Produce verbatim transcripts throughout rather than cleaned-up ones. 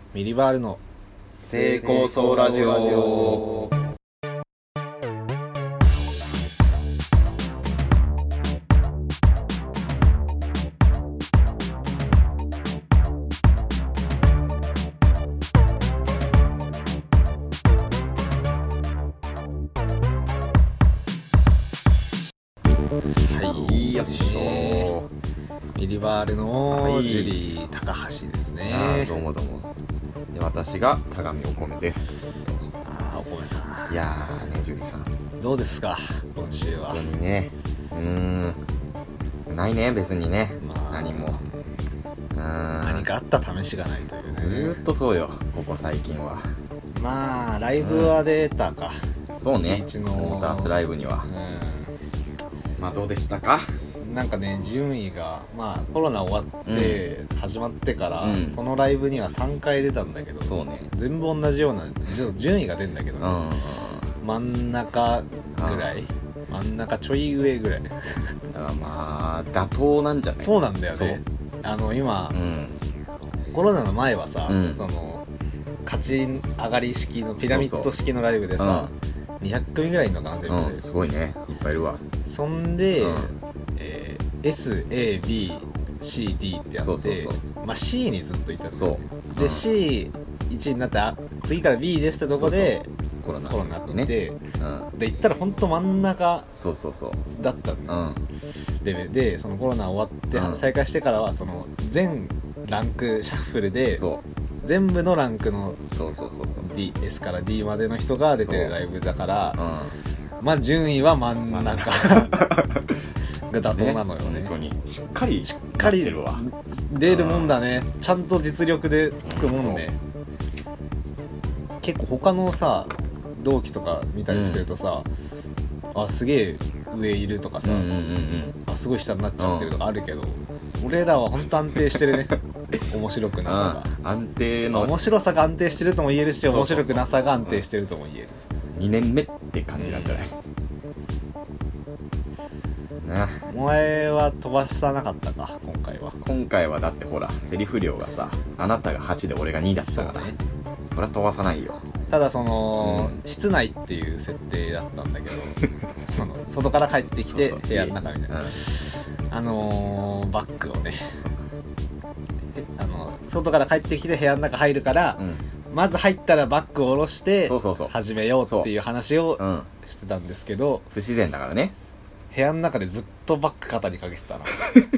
ミリバールの成功そうラジオ。 はいよっしょミリバールのはいジュリー高橋ですあね。 ーどうもどうも。で私が田上お米です。 あーお米さいやーねジュリーさん、 んどうですか今週は。 本当にね、うーんないね別にね、 まあ何も。うーん何かあった試しがないというね。 ずーっとそうよここ最近は。 まあライブは出たか、 そうね月一のモータースライブにはまあどうでしたか。 うん、なんかね順位がまあコロナ終わって始まってから、 うんそのライブにはさんかい出たんだけど、 そうね全部同じようなじゅ順位が出るんだけど、ねうんうん真ん中ぐらい、真ん中ちょい上ぐらい。 だからまあ妥当なんじゃない。 そうなんだよそうね。あの今、 うんコロナの前はさ、 うんその勝ち上がり式のピラミッド式のライブでさ、にひゃく組ぐらいいるのかな全部で、 うんすごいねいっぱいいるわ。 そんで、 うんえー、エスエービーシーディー ってやって、 そうそうそうまあ、C にずっといたのそうで、 うんシーいち になった次から B ですってとこでコロナコロナになねって、 うんで行ったらほんと真ん中そうそうそうだったんだよ、 うんレベルで、そのコロナ終わって、 うん再開してからはその全ランクシャッフルでそ全部のランクのうそうそうそうそう D S から D までの人が出てるライブだから、 うまあ順位は真ん中が妥当なのよね。 本当にしっかりしっしっかりてるわ。 出るもんだね。ちゃんと実力でつくもんね。結構他のさ同期とか見たりしてるとさ、あすげえ上いるとかさ、 うんうんうんうんあすごい下になっちゃってるとかあるけど、俺らはほんと安定してるね。面白くなさうん安定が、まあの面白さが安定してるとも言えるし、 そうそうそう面白くなさが安定してるとも言える。 にねんめって感じなんじゃない、なお前は飛ばさなかったか今回は。 今回はだってほらセリフ量がさあなたがはちで俺がにだったからそうね。 そりゃ飛ばさないよ。 ただその、 うん室内っていう設定だったんだけどその外から帰ってきてそうそう部屋の中みたいな、 うんあのー、バッグをねえあの外から帰ってきて部屋の中入るから、 うんまず入ったらバッグを下ろしてそうそうそう始めようっていう話をうんしてたんですけど、 不自然だからね。 部屋の中でずっとバッグ肩にかけてたな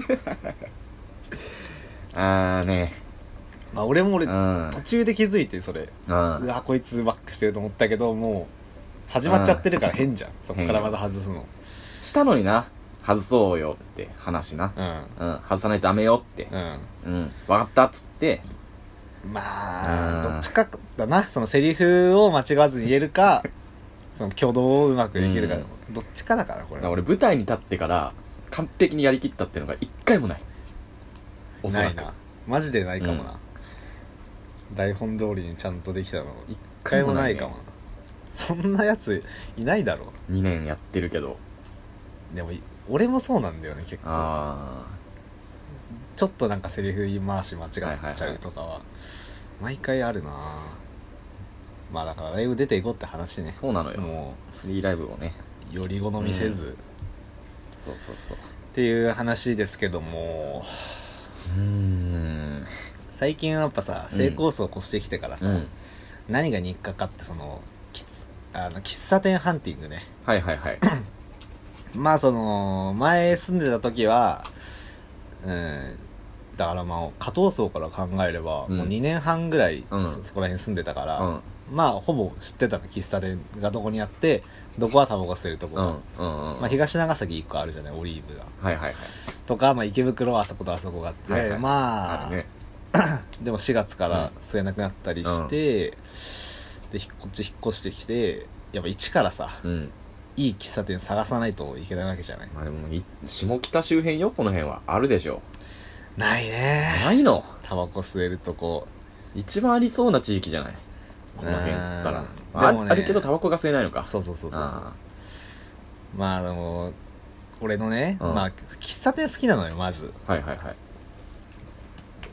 あーねまあ俺も俺、 うん途中で気づいてそれ、 うんうわこいつバッグしてると思ったけど、もう始まっちゃってるから変じゃん、そっからまた外すの。 したのにな外そうよって話な。 うんうん外さないとダメよってうんうん分かったっつってまあ、 うんどっちかだな。そのセリフを間違わずに言えるか、その挙動をうまくできるか、どっちかだからこれだから俺舞台に立ってから完璧にやりきったっていうのが一回もない。おそらくないな。マジでないかもな。台本通りにちゃんとできたの一回もないかもな。そんなやついないだろにねんやってるけど。 う。でもい俺もそうなんだよね結構。 あちょっとなんかセリフ言い回し間違っちゃうとかは毎回あるな。まあだからライブ出ていこうって話ね。 そうなのよ。 もフリーライブをね。 うより好みせず、 うんそうそうそうっていう話ですけども、 うーん最近はやっぱさうん成功数を越してきてからさ、 うん何が日課かってそのきつあの喫茶店ハンティングね。 はいはいはいまあその前住んでた時はうんだからまあ加藤層から考えれば、 うんもうにねんはんぐらい、 うんそそこら辺住んでたから、 うんまあほぼ知ってたの。喫茶店がどこにあってどこはタバコ吸えるとこが、 うんうんうんまあ、東長崎いっこあるじゃない、オリーブがはいはいはいとか、まあ、池袋はあそことあそこがあって、 はいはいまああるねでもしがつから吸えなくなったりして、でひこっち引っ越してきて、やっぱ一からさうんいい喫茶店探さないといけないわけじゃない。 まあでもい下北周辺よこの辺はあるでしょ。 ないねないのタバコ吸えるとこ。 一番ありそうな地域じゃないこの辺っつったらうんあでもねあるけどタバコが吸えないのか。 そうそうそうそうそう。 あまあでも俺のね、 うんまあ喫茶店好きなのよまず。 ーはいはいはい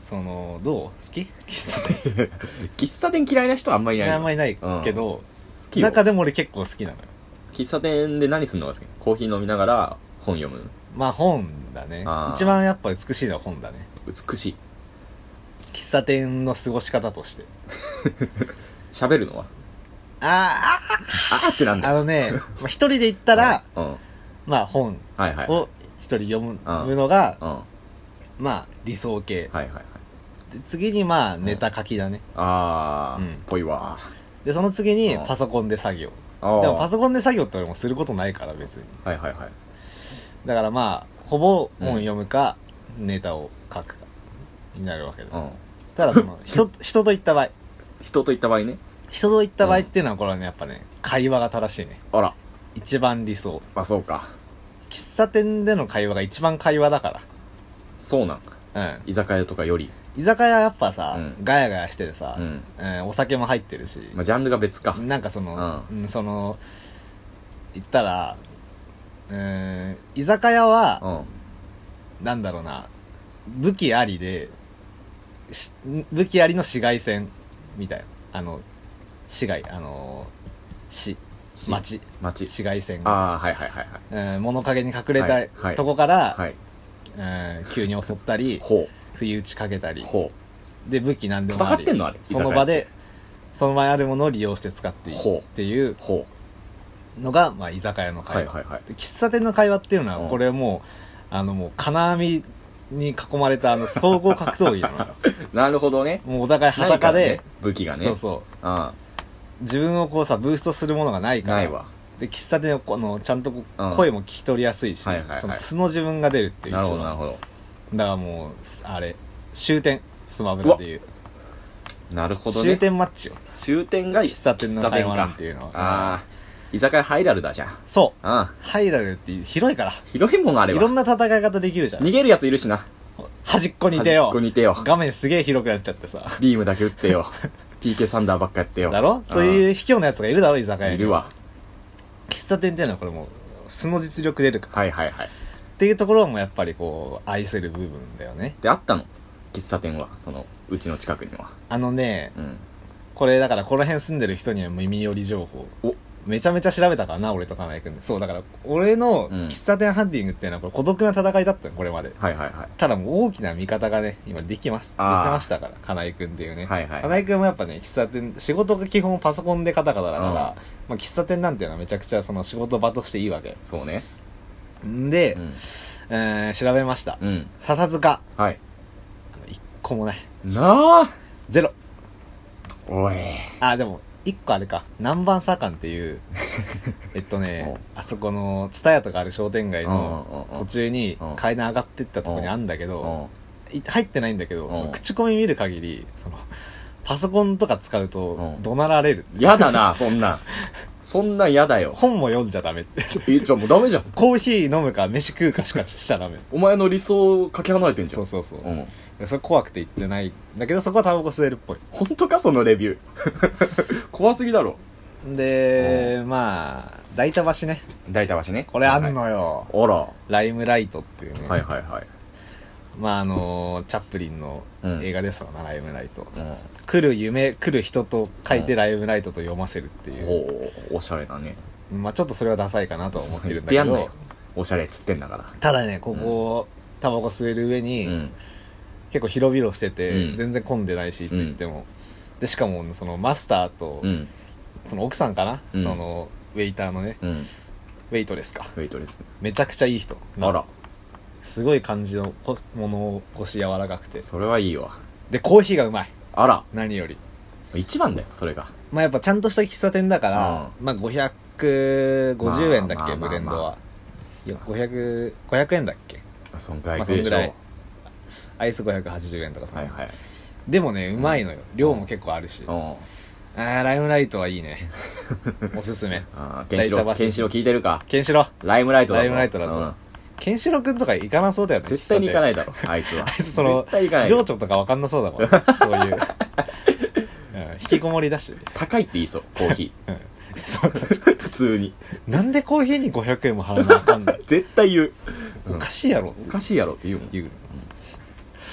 そのどう好き喫茶店喫茶店嫌いな人はあんまりいないあんまりないけど、 好きよ。 中でも俺結構好きなのよ。 喫茶店で何するのが好き？コーヒー飲みながら本読む。 まあ本だねあー一番やっぱ美しいのは本だね。 美しい。 喫茶店の過ごし方として喋るのはああーってなんあだよ。 あのね、まあ、一人で行ったらうん、うん、 まあ本はいはいを一人読むうんのがうん、はいまあ理想形はいはい。 で次にまあネタ書きだね、 あー、 うんぽいわ。 でその次にうんパソコンで作業。 あーでもパソコンで作業って俺もすることないから別に。 はいはいはい。 だからまあほぼ本読むか、ネタを書くかになるわけだ、 うん。 ただその人人と行った場合人と行った場合ね。 人と行った場合っていうのはこれはねやっぱね会話が正しいね。 あら、 一番理想。 まあそうか。 喫茶店での会話が一番会話だかそうなん。 ら。うん。 居酒屋とかより。 居酒屋やっぱさ、 うんガヤガヤしててさ、 うん。 うんお酒も入ってるし、 まあジャンルが別か。 なんかその、うん、その言ったらうん居酒屋は、 うん。 なんだろうな武器ありでし武器ありの市街戦みたいなあの市街あの市し町町。 市街戦ああ、はいはいはいはい。 うん物陰に隠れた、 はいはいとこから、 はい。 うん急に襲ったりほ不意打ちかけたう。 りほで武器なんでう。 もあり戦ってんのあれ。 その場でその場にあるものを利用して使っていくほうっていうほのが、まあ、居酒屋のう。は会話、 いはいはい。 で喫茶店の会話っていうのうんはこれもうあのもう金網に囲まれたあの総合格闘技なのよなるほどね。 もうお互いないから裸で、 ね、武器がね。 そうそうあ自分をこうさブーストするものがないあ。 からないわ。 で喫茶店のこのちゃんとこううん声も聞き取りやすいし、 はいはいはいその素の自分が出るっていうなるほど一番なるほど。 だからもうあれ終点スマブラでいう、 なるほどね。 終点マッチよ終点が喫茶店の会話なんていうのはああ。居酒屋ハイラルだじゃん。 そうああ。 ハイラルって広いから広いもんあれは。 いろんな戦い方できるじゃん逃げるやついるしな。 端っこにいてよ端っこにいてよ。 画面すげえ広くなっちゃってさビームだけ撃ってよ。ピーケー サンダーばっかやってよ。 だろそういう卑怯なやつがいるだろ居酒屋にいるわ。 喫茶店っていうのはこれもう素の実力出るからはいはいはい。 っていうところもやっぱりこう愛せる部分だよね。 で、あったの喫茶店は。その、うちの近くには。 あのねうん。 これだからこの辺住んでる人には耳寄り情報おめちゃめちゃ調べたからな俺と金井君で。そうだから俺のうん喫茶店ハンティングっていうのはこれ孤独な戦いだったのこれまで。 はいはいはい。 ただもう大きな味方がね今できますできあーましたから金井君っていうね、 はいはいはい金井君もやっぱね喫茶店仕事が基本パソコンでカタカタだから、 うんまあ、喫茶店なんていうのはめちゃくちゃその仕事場としていいわけそうね。 んで、 うん。 えー調べました、 うん。 笹塚はい。 一個もないなあゼロ。 おい。 あでも一個あれか南蛮左官っていうえっとねあそこの蔦屋とかある商店街のうんうんうん途中にうん階段上がってったところにあるんだけうどん。 い入ってないんだけどうんその口コミ見る限りそのパソコンとか使うとうん怒鳴られるやだな、そんなん。そんなんやだよ。 本も読んじゃダメってえ、じゃあもうダメじゃん。 コーヒー飲むか飯食うかしかしちゃダメお前の理想かけ離れてんじゃん。 そうそうそう、 うん。 それ怖くて言ってないんだけどそこはタバコ吸えるっぽい本当か、そのレビュー。怖すぎだろ。 でまあ大田橋ね大田橋ね。 これあんのよ、 あら。 ライムライトっていうね、 はいはいはい。 まああのチャップリンのうん映画ですわな、ライムライトうん。 来る夢来る人と書いてライムライトと読ませるっていう、 ほう、おしゃれだね。 まあちょっとそれはダサいかなとは思ってるんだけど言ってやんなよ。おしゃれっつってんだから。 ただねここ、タバコ吸える上に、 うん。 結構広々してて、 うん全然混んでないしいつ行っても、でしかもそのマスターと、 うん。 その奥さんかな、 うんそのウェイターのねうん。 ウェイトレスかウェイトですね。 めちゃくちゃいい人あら。 すごい感じのこものを腰柔らかくてそれはいいわ。 でコーヒーがうまいあら。 何より一番だよ、それが。 まあやっぱちゃんとした喫茶店だから、まあごひゃくごじゅうえんだっけ、 まあまあまあまあブレンドはいやごひゃく、ごひゃくえんだっけそんぐらいまあ行くでしょ。 そんぐらいアイスごひゃくはちじゅうえんとかさ、 はいはい。 でもねうまいのよ、量も結構あるし、 うん。 あーライムライトはいいねおすすめああ、ケンシロウ、 大田橋ケンシロウ聞いてるか。 ケンシロウライムライトだぞ。 ライムライトだぞうんケンシロウくんとか行かなそうだよね絶対に行かないいだろ、あいつは。 あいつその絶対行かない情よ。 緒とかわかんなそうだもんそういう、うん、引きこもりだし、 高いって言いそう、コーヒうん、そう確かー。普通に。 になんでコーヒーにごひゃくえんも払わなあかんだ絶対言う。 おかしいやろおかしいやろって言うもん。 言う、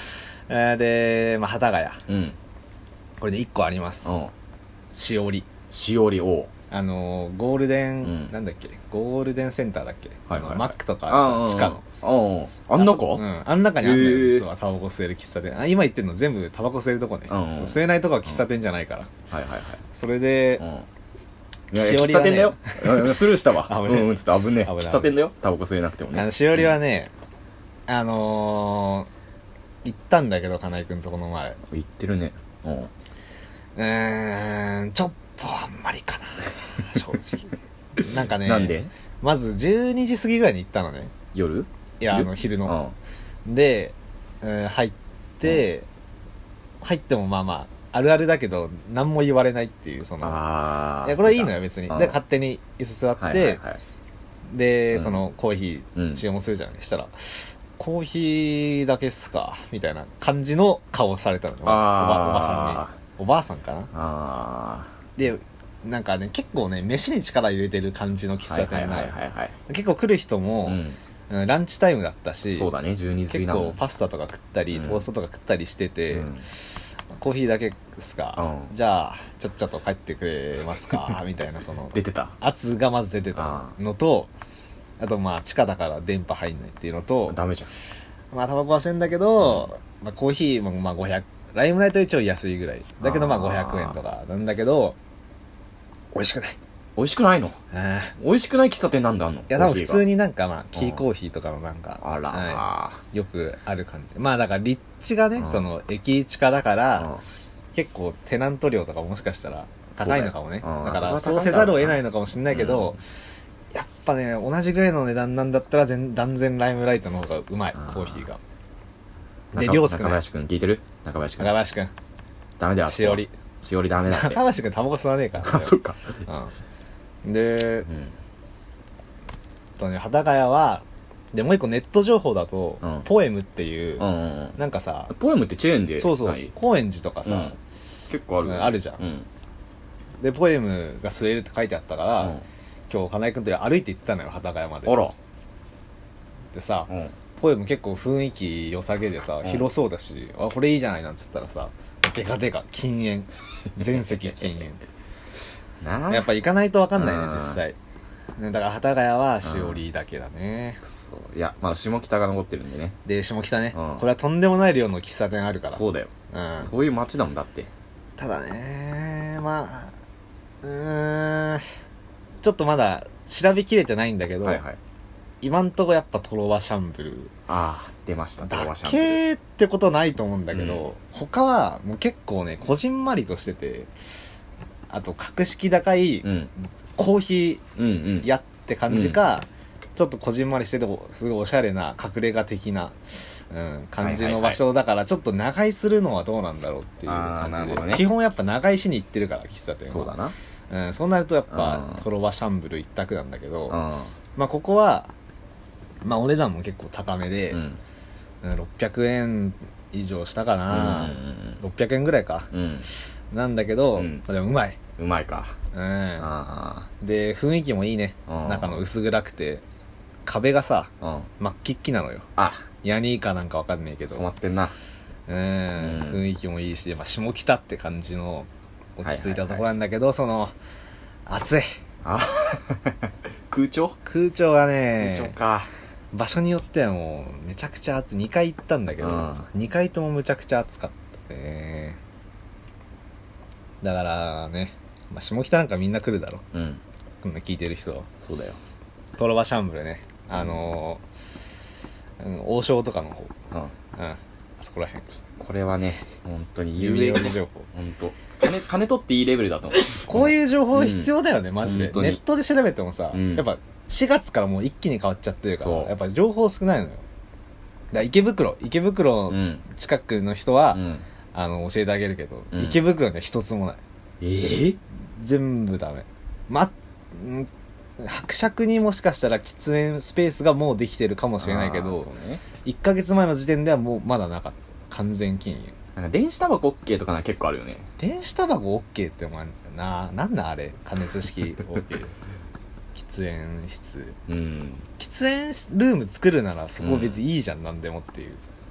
えーで、まあ、幡ヶ谷。 うんこれでいっこあります。 うんしおり。 しおりをあのー、ゴールデン、 うんなんだっけ、ゴールデンセンターだっけ、 はいはいはいあのマックとかさ、地下の。 あああんなかうん。あん中にあんのよ、 へー実はタバコ吸える喫茶店。あ、今言ってんの全部タバコ吸えるとこね。 うんうんそう吸えないとこは喫茶店じゃないから。 はいはいはいそれで、 うんいやいやしおりはね喫茶店だようんスルーしたわ危ねえうんうんつって危ねえ危ない喫茶店だよタバコ吸えなくてもねあの、しおりはね、あのー、行ったんだけど、金井くんとこの前。 言ってるねうんうーん、ちょっとあんまりかな、正直。なんかね、 なんでまずじゅうにじ過ぎぐらいに行ったのね。 夜いや、あの、昼の。で、うん入って、入ってもまあまあ、あるあるだけど、何も言われないっていう、その、 ああいや、これはいいのよ、別に。 うんで、勝手に椅子座って、 はいはいはいで、 うんその、コーヒうんー注文するじゃない。したら、コーヒーだけっすかみたいな感じの顔されたのよ、まずおばおばさんに。おばあさんかなあで、なんかね、結構ね、飯に力入れてる感じの喫あ茶店なのよはいはいはいはい結構来る人も、 うんうんランチタイムだったし、 そうだねじゅうにじ過ぎ結なの構パスタとか食ったり、 うんトーストとか食ったりしてて、 うんコーヒーだけですか、 うんじゃあちょっちょっと帰ってくれますかみたいなその出てた圧がまず出てたのと、あとまあ地下だから電波入んないっていうのと、 ダメじゃんまあタバコはせんだけど、まあ、コーヒーもまあごひゃくライムライトよりちょい安いぐらいだけどまああーごひゃくえんとかなんだけど美味しくない。 美味しくないのあー美味しくない喫茶店なんであんのいや多分普通にになんかまあキーコーヒーとかのなんか、 あらはよくある感じ。まあだから立地がね、 うんその駅地下だかーら、 うん結構テナント料とかもしかしたら高いのかもね。 そうだようんだからそれは高いんだろうなそうせざるを得ないのかもしれないけど、やっぱね、同じぐらいの値段なんだったら全断然ライムライトの方がうまい、 あーコーヒーが。で、 中量少ない。 中林くん聞いてる中林くん中林くん、 ダメだよあそこはしおり。 しおりダメだって中林くんタバコ吸わねえから、 あそっかうん。で、 うんとね、幡ヶ谷は、で、もう一個ネット情報だと、 うんポエムっていう、 うんうんうんなんかさ、 ポエムってチェーンでそうそうない、 高円寺とかさ、 うん結構あるよねうんあるじゃんうんで、ポエムが吸えるって書いてあったから、 うん今日、金井くんと歩いて行ったのよ、幡ヶ谷まで。 あらでさ、 うんポエム結構雰囲気良さげでさ、 うん広そうだし、あ、これいいじゃないなんつったらさ、デカデカ、禁煙。全席禁煙。 なやっぱ行かないとわかんないね、 うん実際。ねだから、幡ヶ谷はしおりだけだね。 そういやまだ下北が残ってるんでねで、下北ね、 うんこれはとんでもない量の喫茶店あるから。 そうだようん。 そういう街なんだってただね、まあ、うーん、ちょっとまだ調べきれてないんだけど、 はいはい今んとこやっぱトロワシャンブルああ出ましただトロワシャンブルけってことないと思うんだけど、 うん他はもう結構ねこじんまりとしてて、あと格式高いうんコーヒうんうんー屋って感じか、ちょっとこじんまりしててすごいおしゃれな隠れ家的な、うん、感じの場所だからちょっと長居するのはどうなんだろうっていうあーな感じで、 るほどね基本やっぱ長居しに行ってるから喫茶店はそうだなうん、そうなるとやっぱうんトロワシャンブル一択なんだけど、 うんまあここはまあお値段も結構高めで、 うんうんろっぴゃくえん以上したかな、 うんろっぴゃくえんぐらいかうんなんだけど、 うんでもうまい、 うまいかうん、 あで雰囲気もいいね、 うん中の薄暗くて壁がさあうん真っ黄っきなのよ、 あヤニかなんかわかんないけど染まってんなうん、 うん雰囲気もいいし、まあ、下北って感じの落ち着いたところなんだけど、その暑いあ空調空調がね空調か場所によってはもうめちゃくちゃ暑いにかい行ったんだけど、 うんにかいともむちゃくちゃ暑かったね。だからね、まあ、下北なんかみんな来るだろ、 うんこんな聞いてる人は。 そうだよトロワシャンブルね、あのーうん、王将とかの方、 うんうん、あそこら辺これはね本当に有有名名情報。 本当金金取っていいレベルだと思うこういう情報必要だよね、マジで。 本当にネットで調べてもさ、 うんやっぱしがつからもう一気に変わっちゃってるから、 そうやっぱ情報少ないのよ。だから池袋、池袋うん近くの人は、 うんあの、教えてあげるけど、 うん池袋には一つもない。 ええ全部ダメ。ま、ん伯爵にもしかしたら喫煙スペースがもうできてるかもしれないけど、 あーそうねいっかげつまえの時点ではもうまだなかった。完全禁煙。 なんか電子タバコ OK とかな結構あるよね電子タバコ OK って思わんな。なんなんあれ加熱式 OK。喫煙室。 うん喫煙ルーム作るならそこ別にいいじゃん、なんでもっていう。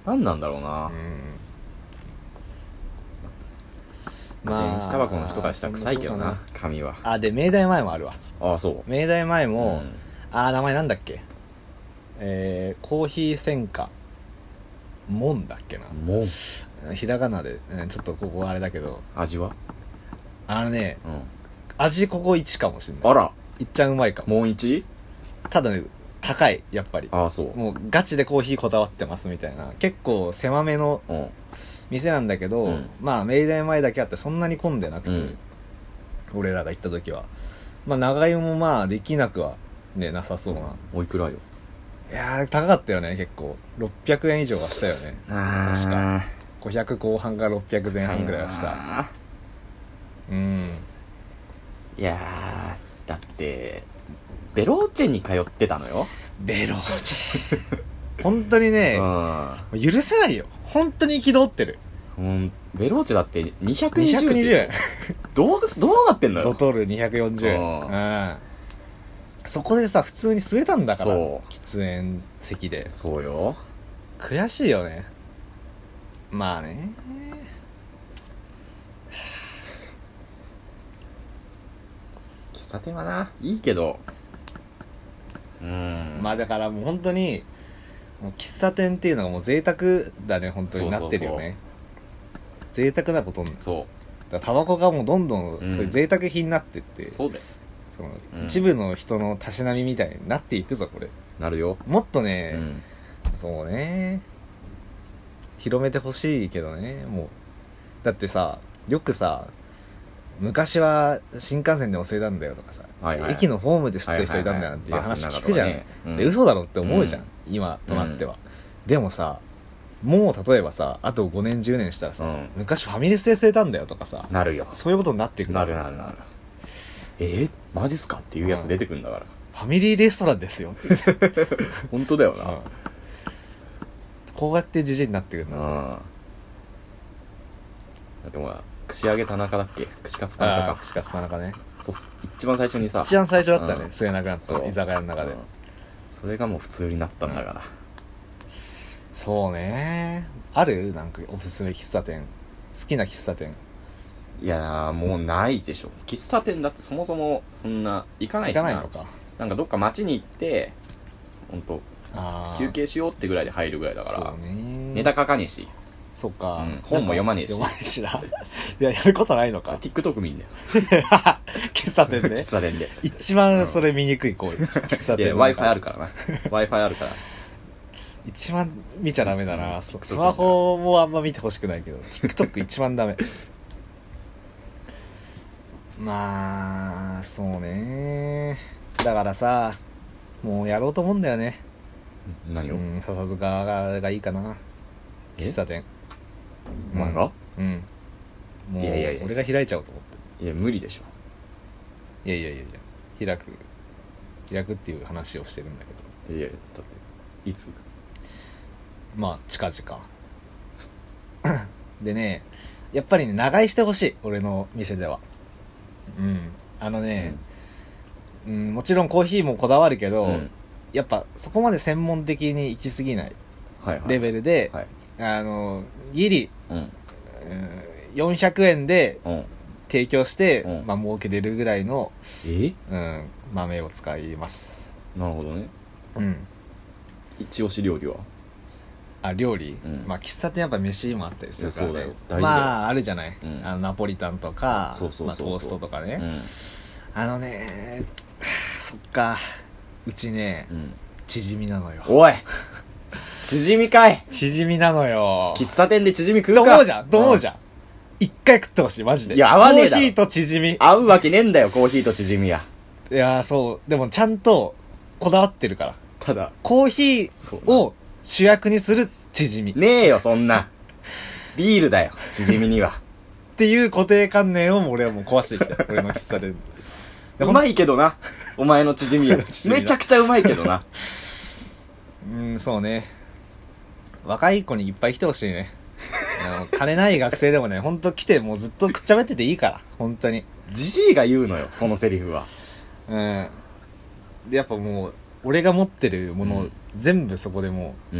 なんなんだろうな、 うん電子タバコの人からしたら臭いけどな髪は。 あで明大前もあるわ。 ああそう明大前も、 うん、 あ名前なんだっけ、えー、コーヒー専科モンだっけな、 もんひらがなで、うん、ちょっとここあれだけど、 味はあのねうん味ここいちかもしんない。 あらいっちゃんうまいかも。 もんいちただね高いやっぱり。 ああそうもうガチでコーヒーこだわってますみたいな、結構狭めのうん店なんだけど、 うんまあ明大前だけあってそんなに混んでなくて、 うん俺らが行った時はまあ長湯もまあできなくはねなさそうな。 おいくらよ。 いやー高かったよね結構。ろっぴゃくえん以上はしたよね。 あ確かごひゃくこう半かろっぴゃくぜん半ぐらいはした。うんいやーだってベローチェに通ってたのよ。 ベローチェ本当にねう許せないよ本当に憤ってる。 んベローチェだってにひゃくににじゅうひゃくにじゅうえんどうどうなってんのよ。 ドトールにひゃくよんじゅうえん。 うんうんそこでさ普通に吸えたんだからそう喫煙席で。 そうよ。 悔しいよね。まあね喫茶店はないいけどうーんまあだからもう本当にもう喫茶店っていうのがもう贅沢だね本当になってるよね。贅沢なことにそだタバコがもうどんどんうんそういう贅沢品になってって、 うそうだよ。 そのうん一部の人のたしなみみたいになっていくぞこれ。 なるよ。 もっとうね、 んそうね広めてほしいけどね。もうだってさよくさ昔は新幹線でも吸えたんだよとかさ、 はいはい、 駅のホームで吸ってる人いたんだよっていう話聞くじゃん、 バスの中とかねうんで嘘だろって思うじゃん、今となっては、でもさもう例えばさあとごねんじゅうねんしたらさ、 うん昔ファミレスで吸えたんだよとかさ、 なるよ。 そういうことになっていくなるなるなる。えー、マジっすかっていうやつ出てくるんだから。 ファミリーレストランですよって本当だよな。 うんこうやってじじいになってくるんださ。 うんだってほら串揚げ田中だっけ、串カツ田中か。 ああ串カツ田中ね。 そうっす一番最初にさ一番最初だったね、 うん吸えなくなったそう居酒屋の中で、 うんそれがもう普通になったんだから、 そうね。あるなんかおすすめ喫茶店、好きな喫茶店。 いやーもうないでしょ。喫茶店だってそもそもそんな行かないしな。 行かないのか。 なんかどっか街に行ってほんとあー休憩しようってぐらいで入るぐらいだから、 そうね。 ネタ書かねえしそっか、 うん本も読まねえし読まねえしな。いややることないのか。 TikTok 見んだよ喫茶店で喫茶店で一番それ見にくい行為、喫茶いや店 Wi-Fi あるからなWi-Fi あるから一番見ちゃダメだな、 うんそスマホもあんま見てほしくないけど TikTok 一番ダメまあそうね。だからさもうやろうと思うんだよね。 何を、 うん笹塚ががいいかなえ喫茶店。 お前が、 うんもういやいやいや俺が開いちゃおうと思っいや無理でしょ。 て。いやいやいやいや開く開くっていう話をしてるんだけど、 いやいやだっていつまあ近々でねやっぱりね長居してほしい俺の店では。うんあのね、うん、もちろんコーヒーもこだわるけど、 うんやっぱそこまで専門的に行き過ぎないはいはいレベルで、 はいあのギリ、 うんうん、よんひゃくえんでうん提供して、 うんまあ儲け出るぐらいの、 えうん、豆を使います。 なるほどね。 うん一押し料理はあ料理、 うんまあ喫茶店やっぱ飯もあったりするからね。 いやそうだよ大事だよまああるじゃない、 うんあのナポリタンとかそうそうそうそうまあ、トーストとかね、 うんあのねそっかうちねうんチヂミなのよ。 おいチヂミかい。 チヂミなのよ。 喫茶店でチヂミ食うかと思うじゃんと思うじゃん、一回食ってほしいマジで。 いや合わねえだろコーヒーとチヂミ。 合うわけねえんだよコーヒーとチヂミや。 いやーそうでもちゃんとこだわってるから。 ただコーヒそうーを主役にするチヂミっねえよそんなビールだよチヂミにはていう固定観念をもう俺はもう壊してきた俺の喫茶店で。 うまいけどなお前のチヂミやチヂミなめちゃくちゃうまいけどなうんそうね若い子にいっぱい来てほしいね。あの金ない学生でもねほんと来てもうずっとくっちゃべってていいから本当に。 ジジイが言うのよそのセリフは。 うんでやっぱもう俺が持ってるもの、 うん全部そこでもううん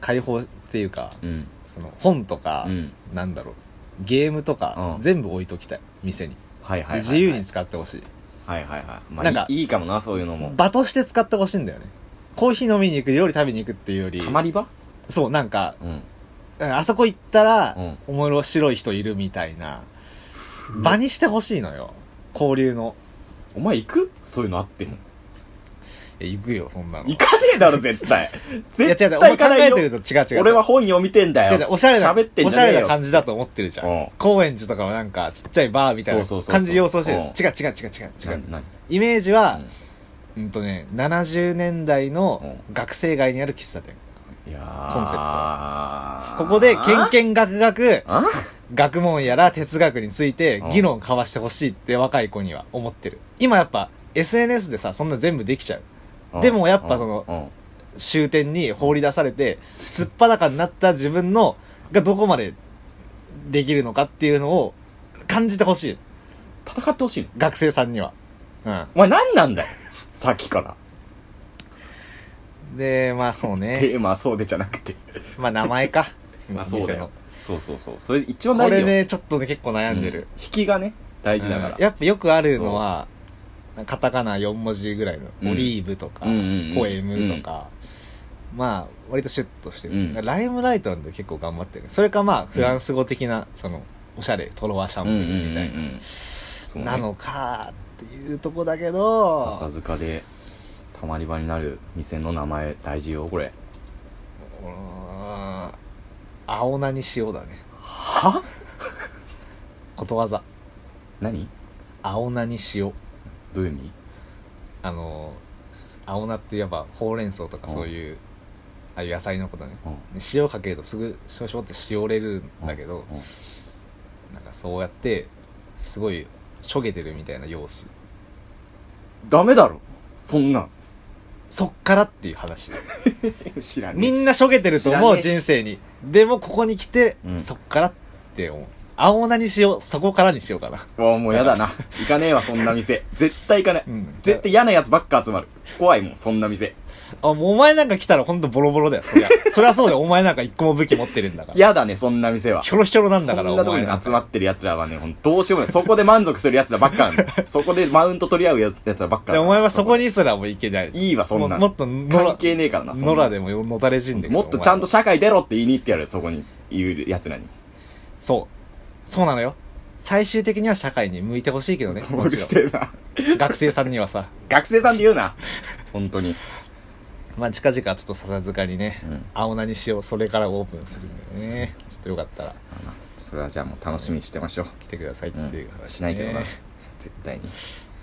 解放っていうか、 うんその本とか、 うん、 なんだろうゲームとか、 うん、 全部置いときたい店に、 はいはいはいはい、 自由に使ってほしい。 はいはいはい、まあ、 なんかいい、いいかもなそういうのも。 場として使ってほしいんだよね。コーヒー飲みに行く、料理食べに行くっていうより、 たまり場、 そうなんか、 うん、 あそこ行ったら、 うん、 面白い人いるみたいな場にしてほしいのよ、交流の。 お前行く？そういうのあっても。 いや行くよそんなの。 行かねえだろ絶対。絶対いや違う違う、お前考行かないよ。 えてると違う違う。 俺は本読みてんだよ。 違う違う、おしゃれな、 喋ってんおしゃれじゃねえよ。 な感じだと思ってるじゃん。 うん、 高円寺とかはなんかちっちゃいバーみたいなそうそうそうそう感じ要想してる。 うん、 違う違う違う違う違う。 ななイメージは、 うんうんとね、ななじゅうねんだいの学生街にある喫茶店。 いやーコンセプト。ここで、けんけんがくがく、 あ学問やら哲学について議論交わしてほしいって若い子には思ってる。今やっぱ エスエヌエス でさ、そんな全部できちゃう。でもやっぱその、 うんうん終点に放り出されて、すっぱだかになった自分の、がどこまでできるのかっていうのを感じてほしい。 戦ってほしいの？ 学生さんには。うお前何なんだよさっきからん。で、まあそうね。 テーマはそうでじゃなくてまあ名前か。 まあそうだよ店の。 そうそうそう、それ一番こ大事よ。 れね、ちょっとね、結構悩んでる。 うん引きがね大事だから、 うんやっぱよくあるのは、カタカナよん文字ぐらいの、 うんオリーブとか、 うんうんうんポエムとか、まあ、割とシュッとしてる。 うんライムライトなんで結構頑張ってる。それかまあ、フランス語的な、その、おしゃれ、トロワシャンプうんうんうんーみたいな、 うんそうねなのかっていうとこだけど、 笹塚でたまり場になる店の名前大事よこれ。 うーん青菜にしようだね。 は？ ことわざ。 何？ 青菜にしよう。 どういう意味？ あの、青菜ってやっぱほうれん草とかそういう、ああいう野菜のことね。 うん塩かけるとすぐ少々ってしおれるんだけど、 うんうんなんかそうやってすごいしょげてるみたいな様子。 ダメだろそんなんそっからっていう話。 知らねえみんなしょげてると思う知らねえし人生に。でもここに来て、 うんそっからって思う。青菜にしよう、そこからにしようかな。 わもうやだな行かねえわそんな店絶対行かない、 うん絶対嫌なやつばっか集まる怖いもんそんな店。 あ、もうお前なんか来たらほんとボロボロだよ、そりゃ。そりゃそうだよ、お前なんか一個も武器持ってるんだから。 嫌だねそんな店は。 ひょろひょろなんだから、 そんなとこお前なんかに集まってる奴らはね、ほんとどうしようもない。そこで満足する奴らばっかなんだよ。そこでマウント取り合うやつらばっかでお前はそこに。 にすらもいけない。 いいわ、そんなの。 ももっと野良関係ねえからな、そんな野良でものたれ死んでる。 もっとちゃんと社会出ろって言いに行ってやる、そこに言う奴らに。 そう。そうなのよ。最終的には社会に向いてほしいけどね。 うもちろるせえな。 ん。学生さんにはさ。 学生さんで言うな。本当に。 まあ近々ちょっと笹塚にね、 うん青菜にしよう、それからオープンするんだよね。ちょっとよかったらそれはじゃあもう楽しみにしてましょう。 来てくださいっていう話、ねうん、しないけどな。絶対に。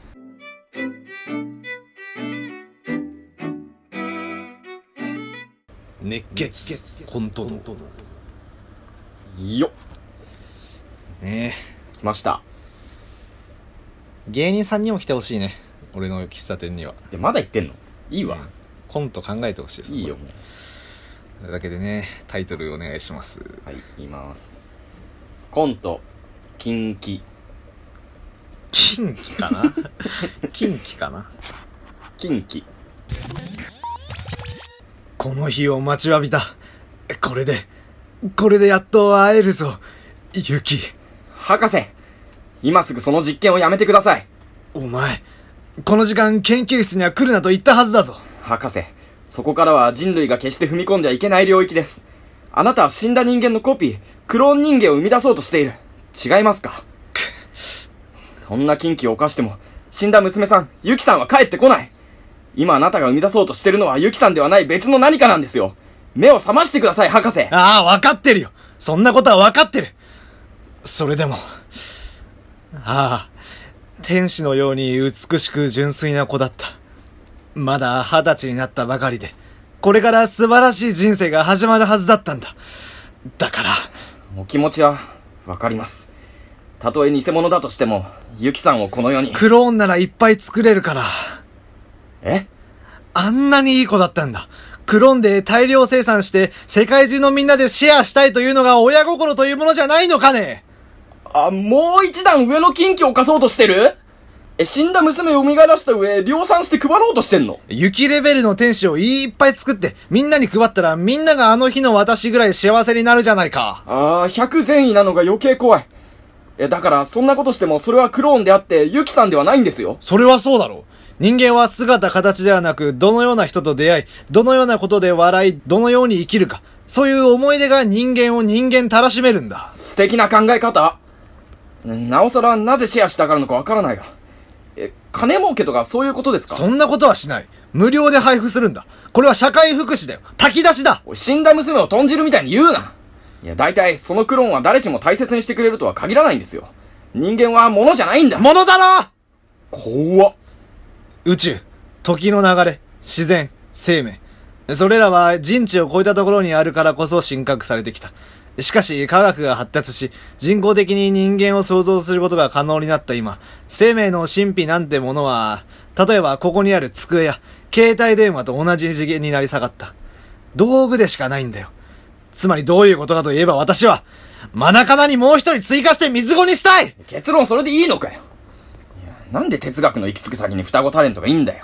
熱血本当のよっ。 ね来ました。 え芸人さんにも来てほしいね、俺の喫茶店には。 いや、まだ言ってんの？いいわ。 コント考えてほしいです。 いいよ。 というわけでね、タイトルお願いします。 はい、言います。コント、近畿。 近畿かな近畿かな近畿。 この日を待ちわびた。これで、これでやっと会えるぞ、ユキ。 博士、今すぐその実験をやめてください。 お前、この時間研究室には来るなと言ったはずだぞ。 博士、そこからは人類が決して踏み込んじゃいけない領域です。あなたは死んだ人間のコピー、クローン人間を生み出そうとしている。違いますか？そんな禁忌を犯しても、死んだ娘さん、ユキさんは帰ってこない。今あなたが生み出そうとしてるのはユキさんではない別の何かなんですよ。目を覚ましてください、博士。 ああ、わかってるよ。そんなことはわかってる。それでも、ああ、天使のように美しく純粋な子だった。まだ二十歳になったばかりで、これから素晴らしい人生が始まるはずだったんだ。だから、 お気持ちは、わかります。たとえ偽物だとしても、ユキさんをこの世に。 クローンならいっぱい作れるから。 え？ あんなにいい子だったんだ。クローンで大量生産して、世界中のみんなでシェアしたいというのが親心というものじゃないのかね？ あ、もう一段上の禁忌を犯そうとしてる？ え、死んだ娘を蘇らした上、量産して配ろうとしてんの？ 雪レベルの天使をいっぱい作って、みんなに配ったら、みんながあの日の私ぐらい幸せになるじゃないか。 あー、ひゃく善意なのが余計怖い。え、だから、そんなことしても、それはクローンであって、ユキさんではないんですよ。 それはそうだろう。人間は姿形ではなく、どのような人と出会い、どのようなことで笑い、どのように生きるか。そういう思い出が人間を人間たらしめるんだ。 素敵な考え方。なおさら、なぜシェアしたがるのかわからないが。え、金儲けとかそういうことですか？ そんなことはしない。無料で配布するんだ。これは社会福祉だよ。炊き出しだ。 おい、死んだ娘を豚汁みたいに言うな。いや、大体、そのクローンは誰しも大切にしてくれるとは限らないんですよ。人間は物じゃないんだ。 物だろ！ 怖っ。 宇宙、時の流れ、自然、生命。それらは人知を超えたところにあるからこそ神格されてきた。しかし科学が発達し、人工的に人間を創造することが可能になった今、生命の神秘なんてものは、例えばここにある机や携帯電話と同じ次元になり下がった。道具でしかないんだよ。つまりどういうことかといえば私は、マナカナにもう一人追加して水子にしたい！ 結論それでいいのかよ。いや、なんで哲学の行き着く先に双子タレントがいいんだよ。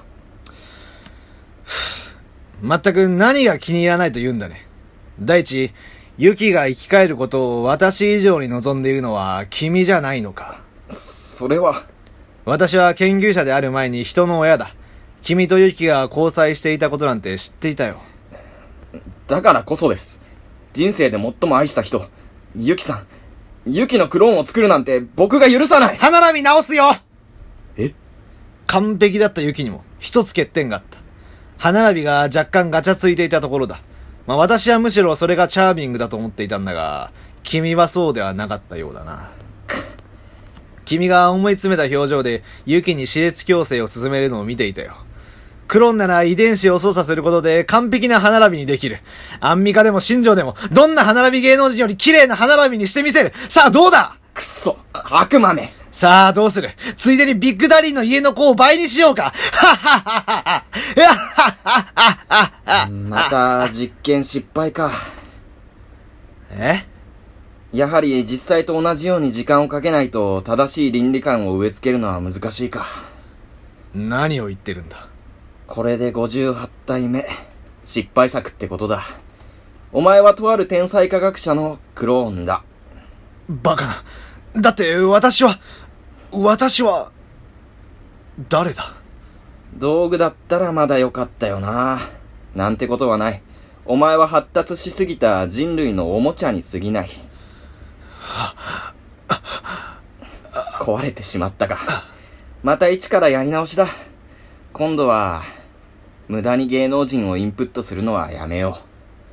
全く何が気に入らないと言うんだね。第一、ユキが生き返ることを私以上に望んでいるのは君じゃないのか。 それは。 私は研究者である前に人の親だ。君とユキが交際していたことなんて知っていたよ。 だからこそです。人生で最も愛した人、ユキさん。ユキのクローンを作るなんて僕が許さない。 歯並び直すよ！ え？ 完璧だったユキにも一つ欠点があった。歯並びが若干ガチャついていたところだ。まあ私はむしろそれがチャーミングだと思っていたんだが、君はそうではなかったようだな。君が思い詰めた表情でユキに歯列矯正を進めるのを見ていたよ。クローンなら遺伝子を操作することで完璧な歯並びにできる。アンミカでも新庄でもどんな歯並び芸能人より綺麗な歯並びにしてみせる。さあどうだ！ くっそ、悪魔め。 さあどうする？ついでにビッグダディの家の子を倍にしようか。ははははは。 また実験失敗か。 え？ やはり実際と同じように時間をかけないと正しい倫理観を植え付けるのは難しいか。 何を言ってるんだ。 これでごじゅうはち体目。失敗作ってことだ。お前はとある天才科学者のクローンだ。 バカな。だって私は、私は、誰だ？ 道具だったらまだよかったよな。なんてことはない。お前は発達しすぎた人類のおもちゃに過ぎない。壊れてしまったか。また一からやり直しだ。今度は無駄に芸能人をインプットするのはやめよ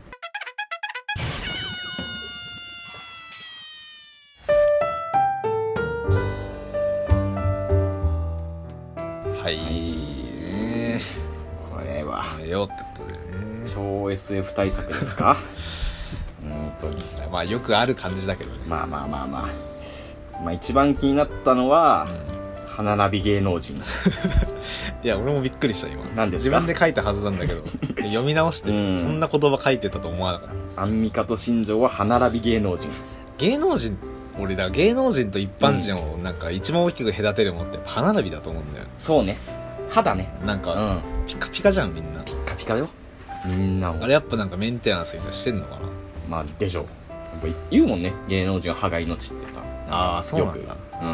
う。はい。 う。これはやめようってことだよね。 超 エスエフ 対策ですか？本当に。 まあよくある感じだけどね。 まあまあまあまあ。まあ一番気になったのは、うん、歯並び芸能人。 いや俺もびっくりした今。 何ですか？ 自分で書いたはずなんだけど読み直して、うん、そんな言葉書いてたと思わなかった。 アンミカと新庄は歯並び芸能人。 芸能人、俺だ芸能人と一般人をなんか一番大きく隔てるもんって歯並びだと思うんだよね。 そうね。歯だね。 なんか、うん、ピカピカじゃんみんな。 ピカピカよ。みんなも。 あれやっぱなんかメンテナンスしてんのかな。 まあでしょう。言うもんね、芸能人は歯が命ってさ。 ああそうなんだ。 うん、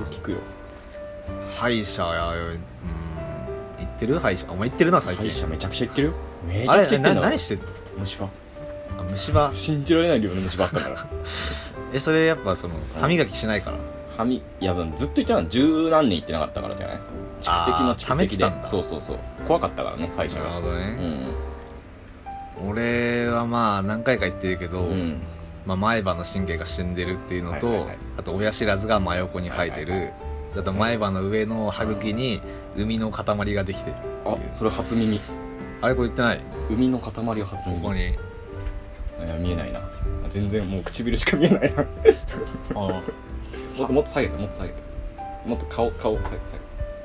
聞くよ。 歯医者や、うん、行ってる歯医者。お前行ってるな最近。 歯医者めちゃくちゃ行ってるよ。めちゃくちゃ行ってんだ。 あれ何してんの？ 虫歯。 あ、虫歯。 信じられない量の虫歯あったからえ、それやっぱその歯磨きしないから？ 歯み、いやずっと言ってたの十何年行ってなかったからじゃない？蓄積の蓄積で。そうそうそう。怖かったからね、歯医者が。 なるほどね。うん。俺はまあ何回か行ってるけど、うん、まあ、前歯の神経が死んでるっていうのと、はいはいはい、あと親知らずが真横に生えてる、はいはいはい、あと前歯の上の歯茎に海の塊ができてる。 あ、それ初耳。 あれこれ言ってない？ 海の塊が初耳。 ここに。いや見えないな。全然もう唇しか見えないなああ。もっともっと下げてもっと下げて。もっと顔顔下げて下げて。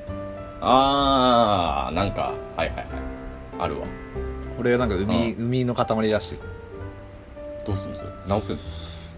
あーなんかはいはいはいあるわ。 これなんか海海の塊らしい。 どうするのそれ？直せるの？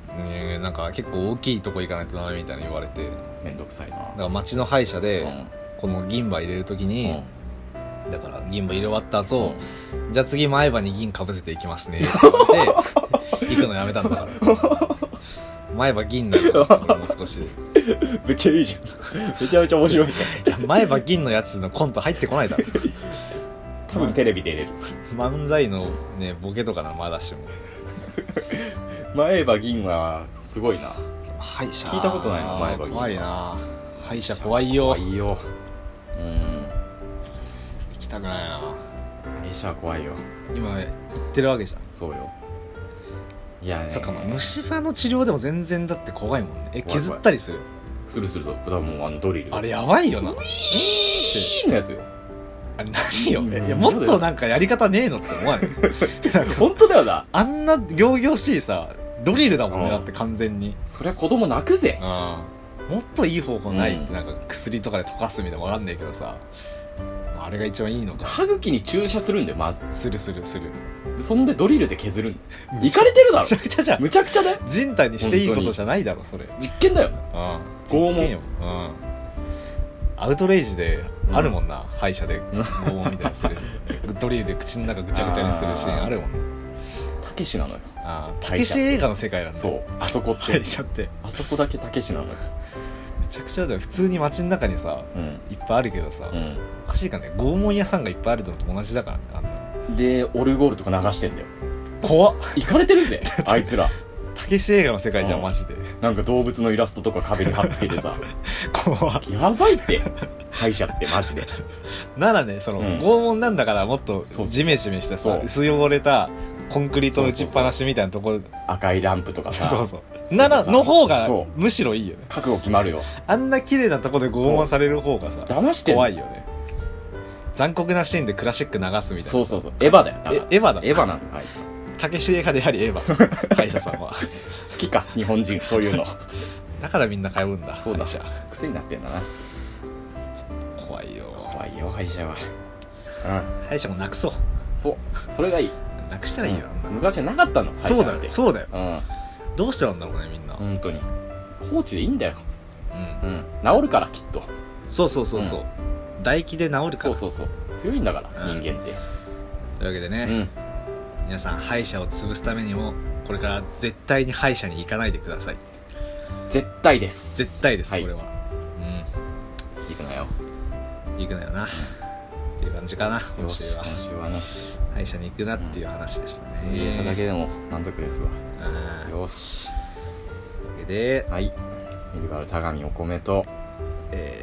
ね、なんか結構大きいとこ行かないとダメみたいな言われて、 めんどくさいな。 だから町の歯医者で、 うんこの銀歯入れるときに、 うんだから銀歯入れ終わった後、 うんじゃあ次前歯に銀かぶせていきますねって言って行くのやめたんだから前歯銀なんだからもう少しめっちゃいいじゃん。めちゃめちゃ面白いじゃん。 いや前歯銀のやつのコント入ってこないだろ多分テレビ出れる。 漫才のねボケとかならまだしも前歯銀はすごいな。 歯医者聞いたことないな前歯銀怖いな。歯医者怖いよ。 怖いよ。うん。 行きたくないな。 歯医者は怖いよ。 今行ってるわけじゃん。 そうよ。いやね。 そっか、まあ虫歯の治療でも全然だって怖いもんね。え、 怖い怖い削ったりする？ するすると。だからもうあのドリル。 あれやばいよな。 ウィーンのやつよ。 あれ何よ、 うんいやもっとなんかやり方ねえのって思わない本当だよな。 あんな仰々しいさドリルだもんね、 うんだって完全に。 そりゃ子供泣くぜ。 うん、もっといい方法ないって、 うんなんか薬とかで溶かすみたいなのわかんないけどさ、あれが一番いいのか。 歯茎に注射するんだよ、まず。 するするする。 でそんでドリルで削るんだよ。いかれてるだろむちゃ。くちゃじゃん。 むちゃくちゃだよ。 人体にしていいことじゃないだろそれ。うん、 実験だよ。拷問実験よ。うん。アウトレイジであるもんな、歯医者で拷問みたいにするドリルで口の中ぐちゃぐちゃにするシーンあるもんね。 たけしなのよ。 ああ、たけし映画の世界なんだよ。 そう。あそこっ歯て医。者ってあそこだけたけしなのよ。 めちゃくちゃだよ。普通に街の中にさうん。 いっぱいあるけどさ、 うん。 おかしいかね、拷問屋さんがいっぱいあるのと同じだからね、あんな。 で、オルゴールとか流してんだよ。 怖っ。 いかれてるぜ、あいつら。 たけし映画の世界じゃうんん、マジで。 なんか動物のイラストとか壁に貼っつけてさ。 怖っ。 やばいって。歯医者ってマジで。 ならね、その、 うん拷問なんだからもっとそうジメジメしてさ、 そう薄汚れたコンクリートの打ちっぱなしみたいなところ、 赤いランプとかさ。 そうそう。なら、の方がそ、 むしろいいよね。 覚悟決まるよ。 あんな綺麗なとこで拷問される方がさ、 騙してんの怖いよね。残酷なシーンでクラシック流すみたいな。 そうそうそう。エヴァだよ。だからえ、エヴァだ。 エヴァなんだ、あいつら。 たけし映画でありエヴァ。歯医者さんは。 好きか、日本人、そういうの。 だからみんな通うんだ。 そうだ歯医者。 癖になってんだな。 怖いよ。 怖いよ、歯医者は。うん。 歯医者もなくそう。 そう。それがいい。 なくしたらいいよ、あんな。 昔はなかったの、歯医そうだよ。 者って。 そうだよ。 うん。 どうしてなんだろうね、みんな。 本当に。放置でいいんだよ。 うん。 うん。治るから、きっと。 そうそうそうそう。唾液で治るから。 そうそうそう。強いんだから、 うん人間って。 というわけでね、 うん。 皆さん歯医者を潰すためにもこれから絶対に歯医者に行かないでください。 絶対です。 絶対です、 はいこれは。 行くなよ。 うん。行くなよな。っていう感じかな、 よし、 今週は。 今週はね、 歯医者に行くなっていう話でしたね。 言えただけでも満足ですわ。 うん。 よし。 というわけで、 はい。ミリバル田上お米と、 え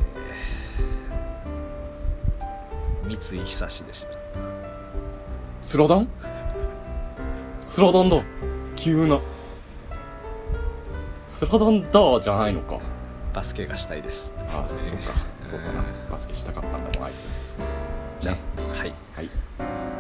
ー、三井久志でした。 スロダンスロダンだ。急な。スロダンだじゃないのか。 バスケがしたいです。 ああ、そっか。そうかな。バスケしたかったんだもん、あいつ。 じゃあ、 ねはい。 はい。